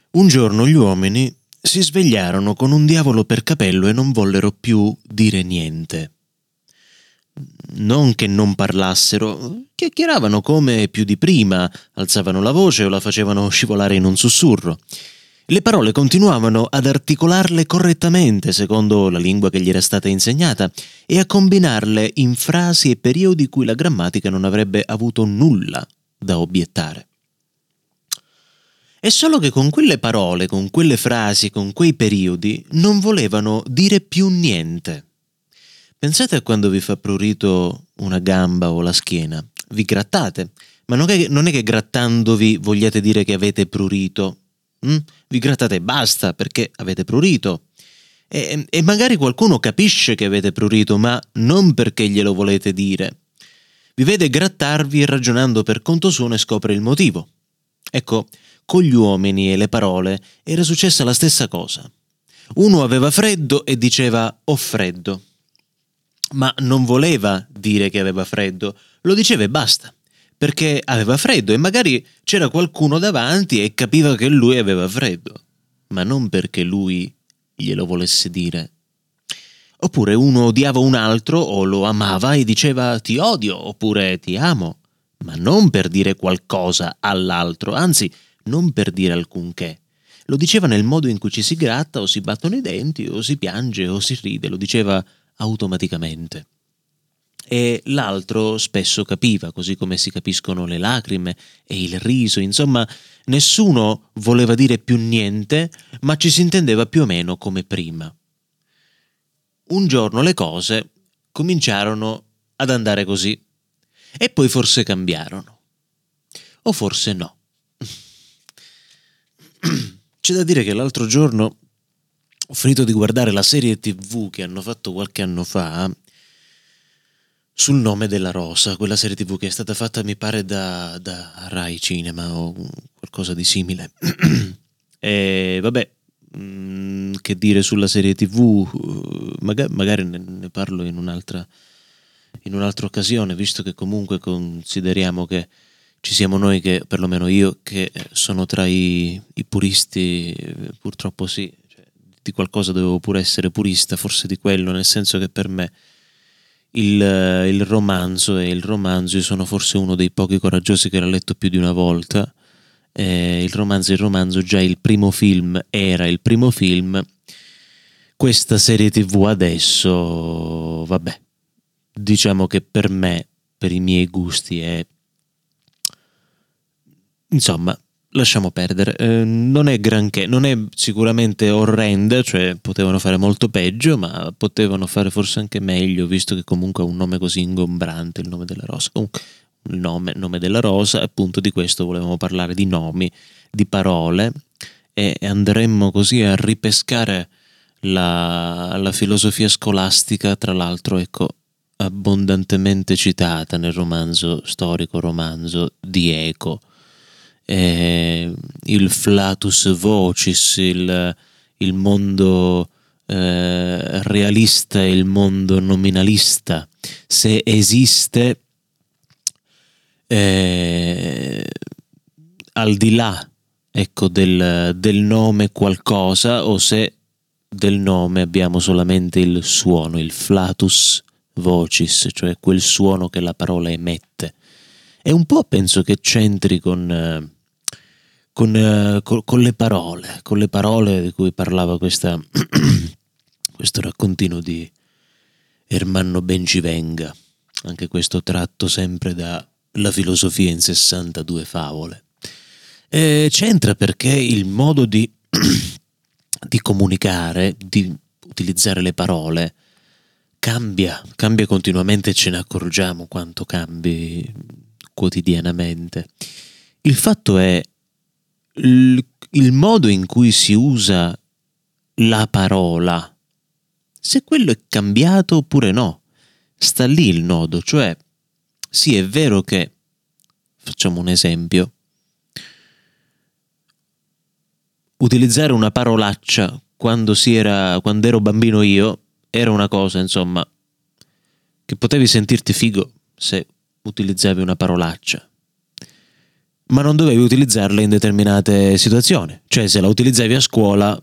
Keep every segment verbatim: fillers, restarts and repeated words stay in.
Un giorno gli uomini si svegliarono con un diavolo per capello e non vollero più dire niente. Non che non parlassero, chiacchieravano come più di prima, alzavano la voce o la facevano scivolare in un sussurro. Le parole continuavano ad articolarle correttamente secondo la lingua che gli era stata insegnata e a combinarle in frasi e periodi cui la grammatica non avrebbe avuto nulla da obiettare. È solo che con quelle parole, con quelle frasi, con quei periodi non volevano dire più niente. Pensate a quando vi fa prurito una gamba o la schiena. Vi grattate, ma non è, non è che grattandovi vogliate dire che avete prurito. Mm? Vi grattate e basta perché avete prurito. E, e magari qualcuno capisce che avete prurito, ma non perché glielo volete dire. Vi vede grattarvi e ragionando per conto suo ne scopre il motivo. Ecco, con gli uomini e le parole era successa la stessa cosa. Uno aveva freddo e diceva «ho freddo», ma non voleva dire che aveva freddo, lo diceva e basta, perché aveva freddo e magari c'era qualcuno davanti e capiva che lui aveva freddo, ma non perché lui glielo volesse dire. Oppure uno odiava un altro o lo amava e diceva «ti odio» oppure «ti amo», ma non per dire qualcosa all'altro, anzi non per dire alcunché. Lo diceva nel modo in cui ci si gratta o si battono i denti o si piange o si ride, lo diceva automaticamente. E l'altro spesso capiva, così come si capiscono le lacrime e il riso, insomma, nessuno voleva dire più niente, ma ci si intendeva più o meno come prima. Un giorno le cose cominciarono ad andare così, e poi forse cambiarono, o forse no. C'è da dire che l'altro giorno ho finito di guardare la serie tivù che hanno fatto qualche anno fa sul nome della rosa, quella serie tivù che è stata fatta mi pare da, da Rai Cinema o qualcosa di simile. E vabbè, mh, che dire sulla serie tivù, magari, magari ne, ne parlo in un'altra, in un'altra occasione, visto che comunque consideriamo che ci siamo noi che, perlomeno io, che sono tra i, i puristi, purtroppo sì, cioè, di qualcosa dovevo pure essere purista, forse di quello, nel senso che per me il, il romanzo e il romanzo, io sono forse uno dei pochi coraggiosi che l'ha letto più di una volta, eh, il romanzo, il romanzo, già il primo film era il primo film, questa serie tivù adesso, vabbè, diciamo che per me, per i miei gusti è... Insomma, lasciamo perdere, eh, non è granché, non è sicuramente orrenda, cioè potevano fare molto peggio, ma potevano fare forse anche meglio, visto che comunque ha un nome così ingombrante, il nome della rosa. Comunque, il nome, nome della rosa, appunto di questo volevamo parlare, di nomi, di parole, e andremmo così a ripescare la, la filosofia scolastica, tra l'altro, ecco, abbondantemente citata nel romanzo storico, romanzo di Eco. Eh, il flatus vocis, il, il mondo eh, realista e il mondo nominalista, se esiste eh, al di là, ecco, del, del nome qualcosa, o se del nome abbiamo solamente il suono, il flatus vocis, cioè quel suono che la parola emette. E un po' penso che c'entri con, con, con, con le parole, con le parole di cui parlava questa, questo raccontino di Ermanno Bencivenga, anche questo tratto sempre da La filosofia in sessantadue favole. E c'entra perché il modo di, di comunicare, di utilizzare le parole, cambia, cambia continuamente, ce ne accorgiamo quanto cambi quotidianamente. Il fatto è il, il modo in cui si usa la parola, se quello è cambiato oppure no. Sta lì il nodo, cioè sì, è vero che, facciamo un esempio, utilizzare una parolaccia quando si era, quando ero bambino io, era una cosa, insomma, che potevi sentirti figo se utilizzavi una parolaccia. ma non dovevi utilizzarla in determinate situazioni. Cioè, se la utilizzavi a scuola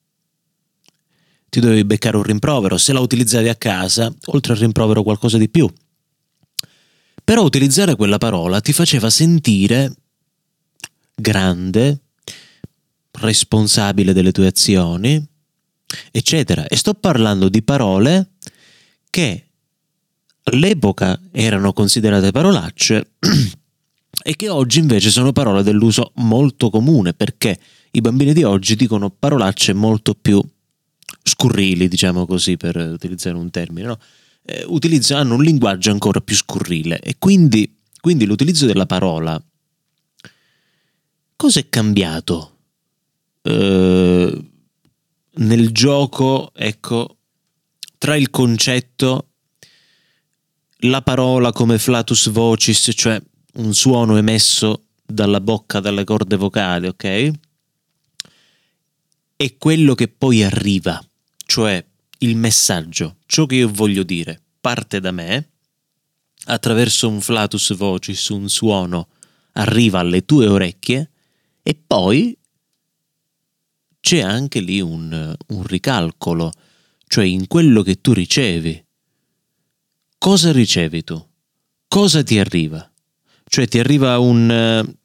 ti dovevi beccare un rimprovero, se la utilizzavi a casa, oltre al rimprovero qualcosa di più. Però utilizzare quella parola ti faceva sentire grande, responsabile delle tue azioni, eccetera. E sto parlando di parole che all'epoca erano considerate parolacce e che oggi invece sono parole dell'uso molto comune, perché i bambini di oggi dicono parolacce molto più scurrili, diciamo così, per utilizzare un termine, no? Eh, utilizzano, hanno un linguaggio ancora più scurrile e quindi, quindi l'utilizzo della parola. Cosa è cambiato eh, nel gioco, ecco, tra il concetto, la parola come flatus vocis, cioè un suono emesso dalla bocca, dalle corde vocali, ok? E quello che poi arriva, cioè il messaggio, ciò che io voglio dire, parte da me, attraverso un flatus vocis, un suono, arriva alle tue orecchie e poi c'è anche lì un, un ricalcolo, cioè in quello che tu ricevi. Cosa ricevi tu? Cosa ti arriva? Cioè ti arriva un... Uh,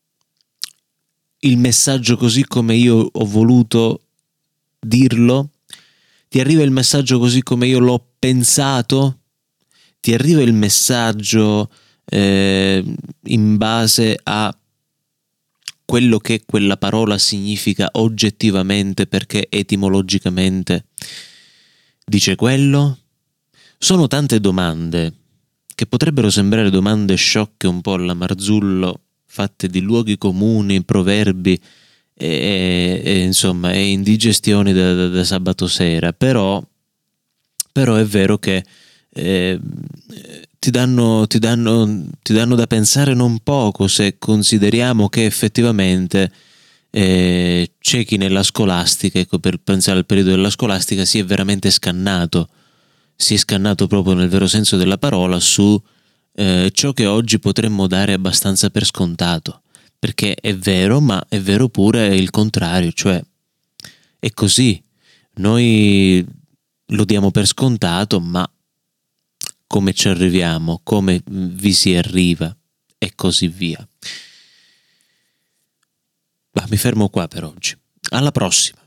il messaggio così come io ho voluto dirlo? Ti arriva il messaggio così come io l'ho pensato? Ti arriva il messaggio eh, in base a quello che quella parola significa oggettivamente, perché etimologicamente dice quello? Sono tante domande che potrebbero sembrare domande sciocche, un po' alla Marzullo, fatte di luoghi comuni, proverbi e, e, e insomma e indigestioni da, da, da sabato sera, però, però è vero che eh, ti danno, ti, danno, ti danno da pensare non poco, se consideriamo che effettivamente eh, c'è chi nella scolastica, ecco, per pensare al periodo della scolastica, si è veramente scannato, si è scannato proprio nel vero senso della parola su Eh, ciò che oggi potremmo dare abbastanza per scontato, perché è vero, ma è vero pure il contrario, cioè è così, noi lo diamo per scontato, ma come ci arriviamo, come vi si arriva e così via. Ma mi fermo qua per oggi, alla prossima.